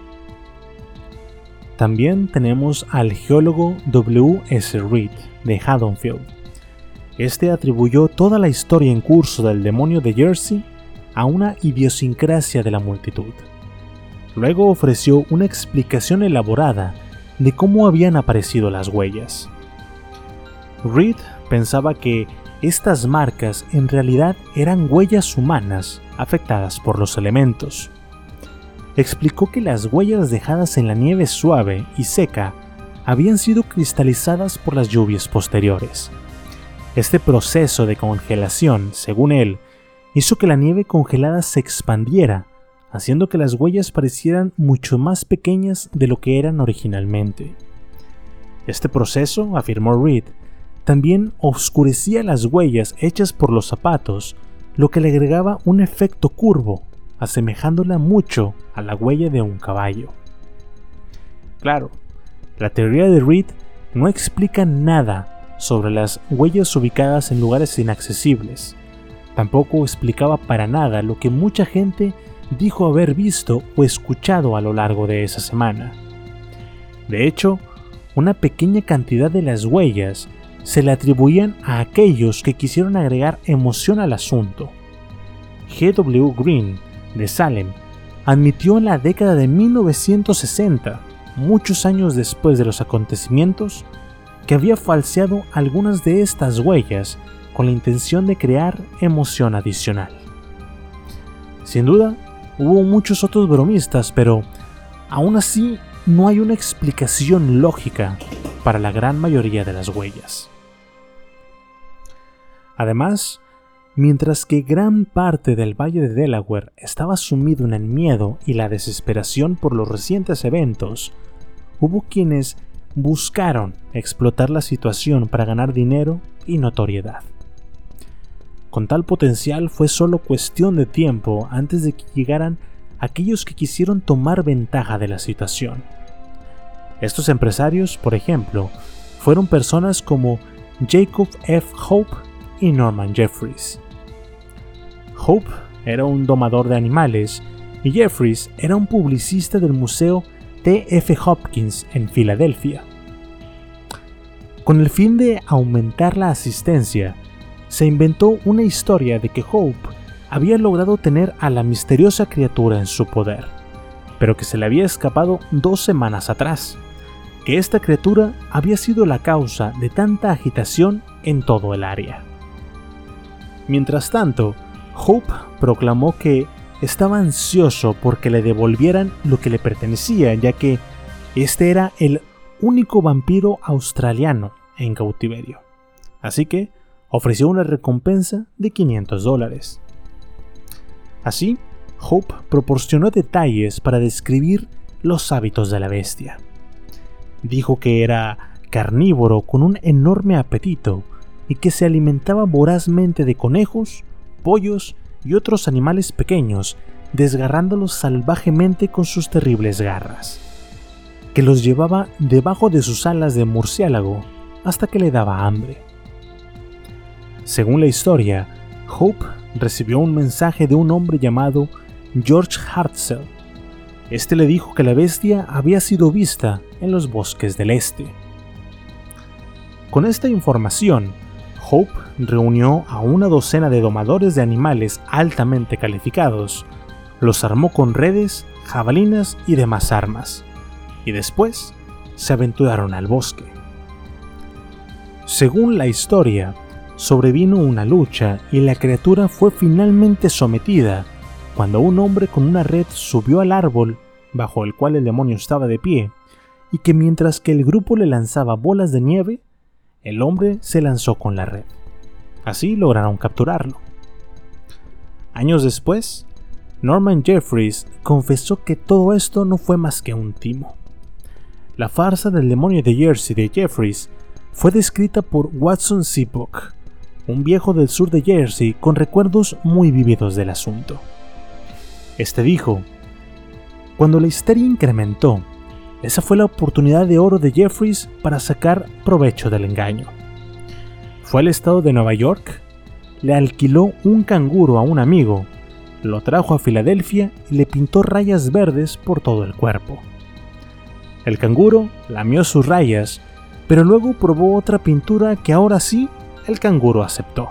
También tenemos al geólogo W S Reed de Haddonfield. Este atribuyó toda la historia en curso del demonio de Jersey a una idiosincrasia de la multitud, Luego ofreció una explicación elaborada de cómo habían aparecido las huellas. Reed pensaba que estas marcas en realidad eran huellas humanas afectadas por los elementos. Explicó que las huellas dejadas en la nieve suave y seca habían sido cristalizadas por las lluvias posteriores. Este proceso de congelación, según él, hizo que la nieve congelada se expandiera, haciendo que las huellas parecieran mucho más pequeñas de lo que eran originalmente. Este proceso, afirmó Reed, también oscurecía las huellas hechas por los zapatos, lo que le agregaba un efecto curvo, asemejándola mucho a la huella de un caballo. Claro, la teoría de Reed no explica nada sobre las huellas ubicadas en lugares inaccesibles. Tampoco explicaba para nada lo que mucha gente dijo haber visto o escuchado a lo largo de esa semana. De hecho, una pequeña cantidad de las huellas se le atribuían a aquellos que quisieron agregar emoción al asunto. G W Green, de Salem, admitió en la década de mil novecientos sesenta, muchos años después de los acontecimientos, que había falseado algunas de estas huellas con la intención de crear emoción adicional. Sin duda, hubo muchos otros bromistas, pero aún así no hay una explicación lógica para la gran mayoría de las huellas. Además, mientras que gran parte del Valle de Delaware estaba sumido en el miedo y la desesperación por los recientes eventos, hubo quienes buscaron explotar la situación para ganar dinero y notoriedad. Con tal potencial fue solo cuestión de tiempo antes de que llegaran aquellos que quisieron tomar ventaja de la situación. Estos empresarios, por ejemplo, fueron personas como Jacob F. Hope y Norman Jeffries. Hope era un domador de animales y Jeffries era un publicista del Museo T F Hopkins en Filadelfia. Con el fin de aumentar la asistencia, se inventó una historia de que Hope había logrado tener a la misteriosa criatura en su poder, pero que se le había escapado dos semanas atrás, que esta criatura había sido la causa de tanta agitación en todo el área. Mientras tanto, Hope proclamó que estaba ansioso porque le devolvieran lo que le pertenecía, ya que este era el único vampiro australiano en cautiverio. Así que ofreció una recompensa de quinientos dólares. Así, Hope proporcionó detalles para describir los hábitos de la bestia. Dijo que era carnívoro con un enorme apetito y que se alimentaba vorazmente de conejos, pollos y otros animales pequeños, desgarrándolos salvajemente con sus terribles garras, que los llevaba debajo de sus alas de murciélago hasta que le daba hambre. Según la historia, Hope recibió un mensaje de un hombre llamado George Hartzell. Este le dijo que la bestia había sido vista en los bosques del este. Con esta información, Hope reunió a una docena de domadores de animales altamente calificados, los armó con redes, jabalinas y demás armas, y después se aventuraron al bosque. Según la historia, sobrevino una lucha y la criatura fue finalmente sometida cuando un hombre con una red subió al árbol bajo el cual el demonio estaba de pie, y que mientras que el grupo le lanzaba bolas de nieve, el hombre se lanzó con la red. Así lograron capturarlo. Años después, Norman Jeffries confesó que todo esto no fue más que un timo. La farsa del demonio de Jersey de Jeffries fue descrita por Watson Seabook, un viejo del sur de Jersey con recuerdos muy vívidos del asunto. Este dijo: cuando la histeria incrementó, esa fue la oportunidad de oro de Jeffries para sacar provecho del engaño. Fue al estado de Nueva York, le alquiló un canguro a un amigo, lo trajo a Filadelfia y le pintó rayas verdes por todo el cuerpo. El canguro lamió sus rayas, pero luego probó otra pintura que ahora sí el canguro aceptó.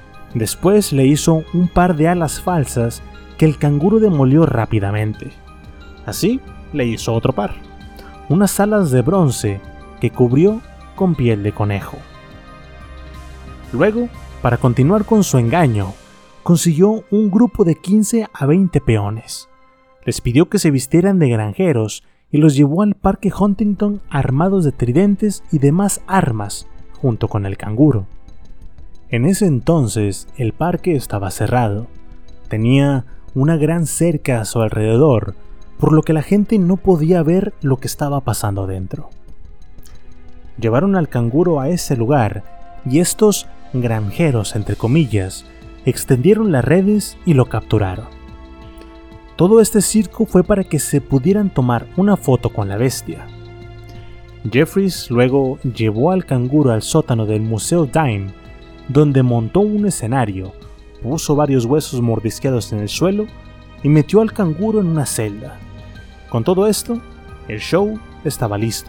Después le hizo un par de alas falsas que el canguro demolió rápidamente, Así le hizo otro par, unas alas de bronce que cubrió con piel de conejo. Luego, para continuar con su engaño, consiguió un grupo de quince a veinte peones. Les pidió que se vistieran de granjeros y los llevó al parque Huntington armados de tridentes y demás armas, junto con el canguro. En ese entonces, el parque estaba cerrado. Tenía una gran cerca a su alrededor, por lo que la gente no podía ver lo que estaba pasando dentro. Llevaron al canguro a ese lugar y estos granjeros, entre comillas, extendieron las redes y lo capturaron. Todo este circo fue para que se pudieran tomar una foto con la bestia. Jeffries luego llevó al canguro al sótano del Museo Dime, donde montó un escenario, puso varios huesos mordisqueados en el suelo y metió al canguro en una celda. Con todo esto, el show estaba listo.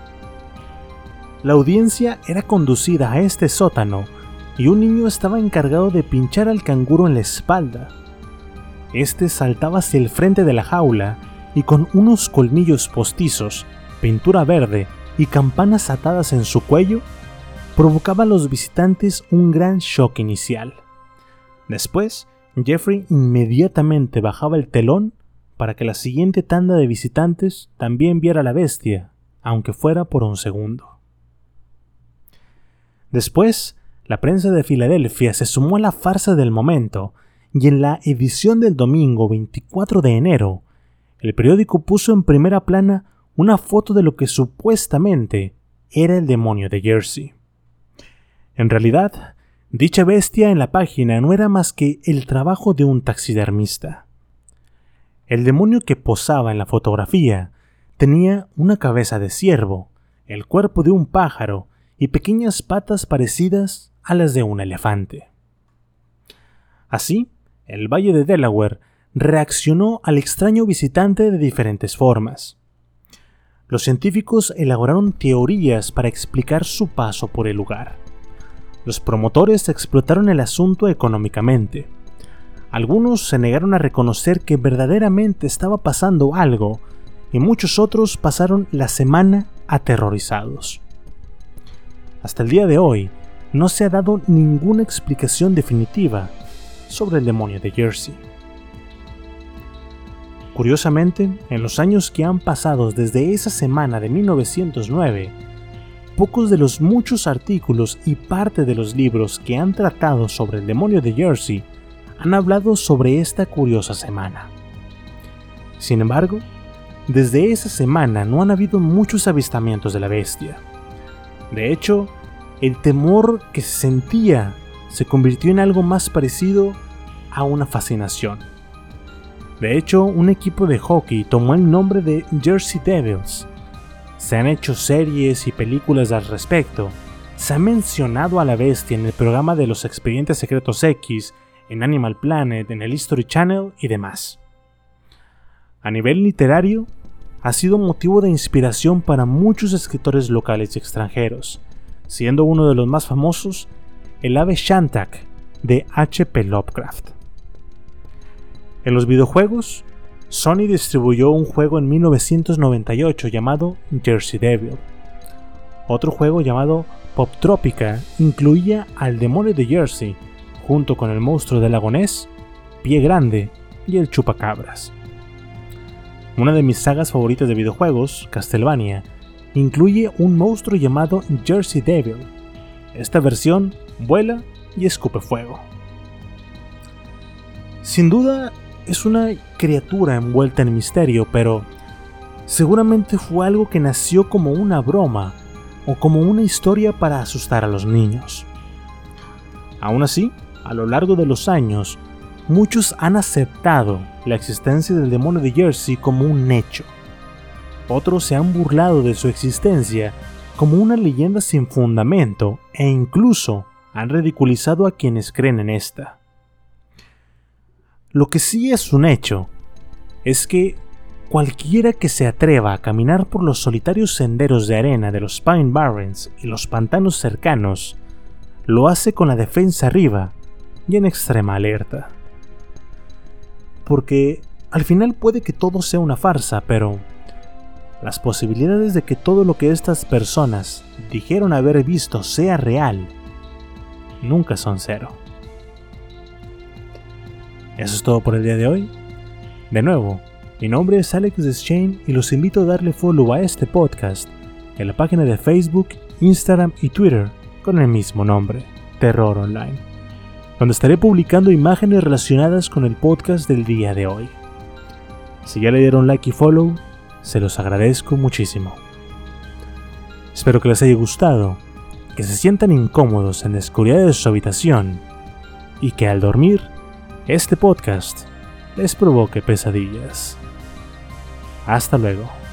La audiencia era conducida a este sótano y un niño estaba encargado de pinchar al canguro en la espalda. Este saltaba hacia el frente de la jaula y con unos colmillos postizos, pintura verde y campanas atadas en su cuello, provocaba a los visitantes un gran shock inicial. Después, Jeffrey inmediatamente bajaba el telón para que la siguiente tanda de visitantes también viera a la bestia, aunque fuera por un segundo. Después, la prensa de Filadelfia se sumó a la farsa del momento y en la edición del domingo veinticuatro de enero, el periódico puso en primera plana una foto de lo que supuestamente era el demonio de Jersey. En realidad, dicha bestia en la página no era más que el trabajo de un taxidermista. El demonio que posaba en la fotografía tenía una cabeza de ciervo, el cuerpo de un pájaro y pequeñas patas parecidas a las de un elefante. Así, el Valle de Delaware reaccionó al extraño visitante de diferentes formas. Los científicos elaboraron teorías para explicar su paso por el lugar. Los promotores explotaron el asunto económicamente. Algunos se negaron a reconocer que verdaderamente estaba pasando algo, y muchos otros pasaron la semana aterrorizados. Hasta el día de hoy, no se ha dado ninguna explicación definitiva sobre el demonio de Jersey. Curiosamente, en los años que han pasado desde esa semana de mil novecientos nueve, pocos de los muchos artículos y parte de los libros que han tratado sobre el demonio de Jersey han hablado sobre esta curiosa semana. Sin embargo, desde esa semana no han habido muchos avistamientos de la bestia. De hecho, el temor que se sentía se convirtió en algo más parecido a una fascinación. De hecho, un equipo de hockey tomó el nombre de Jersey Devils. Se han hecho series y películas al respecto. Se ha mencionado a la bestia en el programa de los Expedientes Secretos X, en Animal Planet, en el History Channel y demás. A nivel literario, ha sido motivo de inspiración para muchos escritores locales y extranjeros, siendo uno de los más famosos el ave Shantak de H P Lovecraft. En los videojuegos, Sony distribuyó un juego en mil novecientos noventa y ocho llamado Jersey Devil. Otro juego llamado Poptropica incluía al demonio de Jersey, junto con el monstruo del lago Ness, Pie Grande y el Chupacabras. Una de mis sagas favoritas de videojuegos, Castlevania, incluye un monstruo llamado Jersey Devil. Esta versión vuela y escupe fuego. Sin duda, es una criatura envuelta en misterio, pero seguramente fue algo que nació como una broma o como una historia para asustar a los niños. Aún así, a lo largo de los años, muchos han aceptado la existencia del demonio de Jersey como un hecho. Otros se han burlado de su existencia como una leyenda sin fundamento e incluso han ridiculizado a quienes creen en esta. Lo que sí es un hecho es que cualquiera que se atreva a caminar por los solitarios senderos de arena de los Pine Barrens y los pantanos cercanos lo hace con la defensa arriba y en extrema alerta. Porque al final puede que todo sea una farsa, pero las posibilidades de que todo lo que estas personas dijeron haber visto sea real nunca son cero. Eso es todo por el día de hoy. De nuevo, mi nombre es Alex Deschênes y los invito a darle follow a este podcast en la página de Facebook, Instagram y Twitter con el mismo nombre, Terror Online, donde estaré publicando imágenes relacionadas con el podcast del día de hoy. Si ya le dieron like y follow, se los agradezco muchísimo. Espero que les haya gustado, que se sientan incómodos en la oscuridad de su habitación y que al dormir, este podcast les provoque pesadillas. Hasta luego.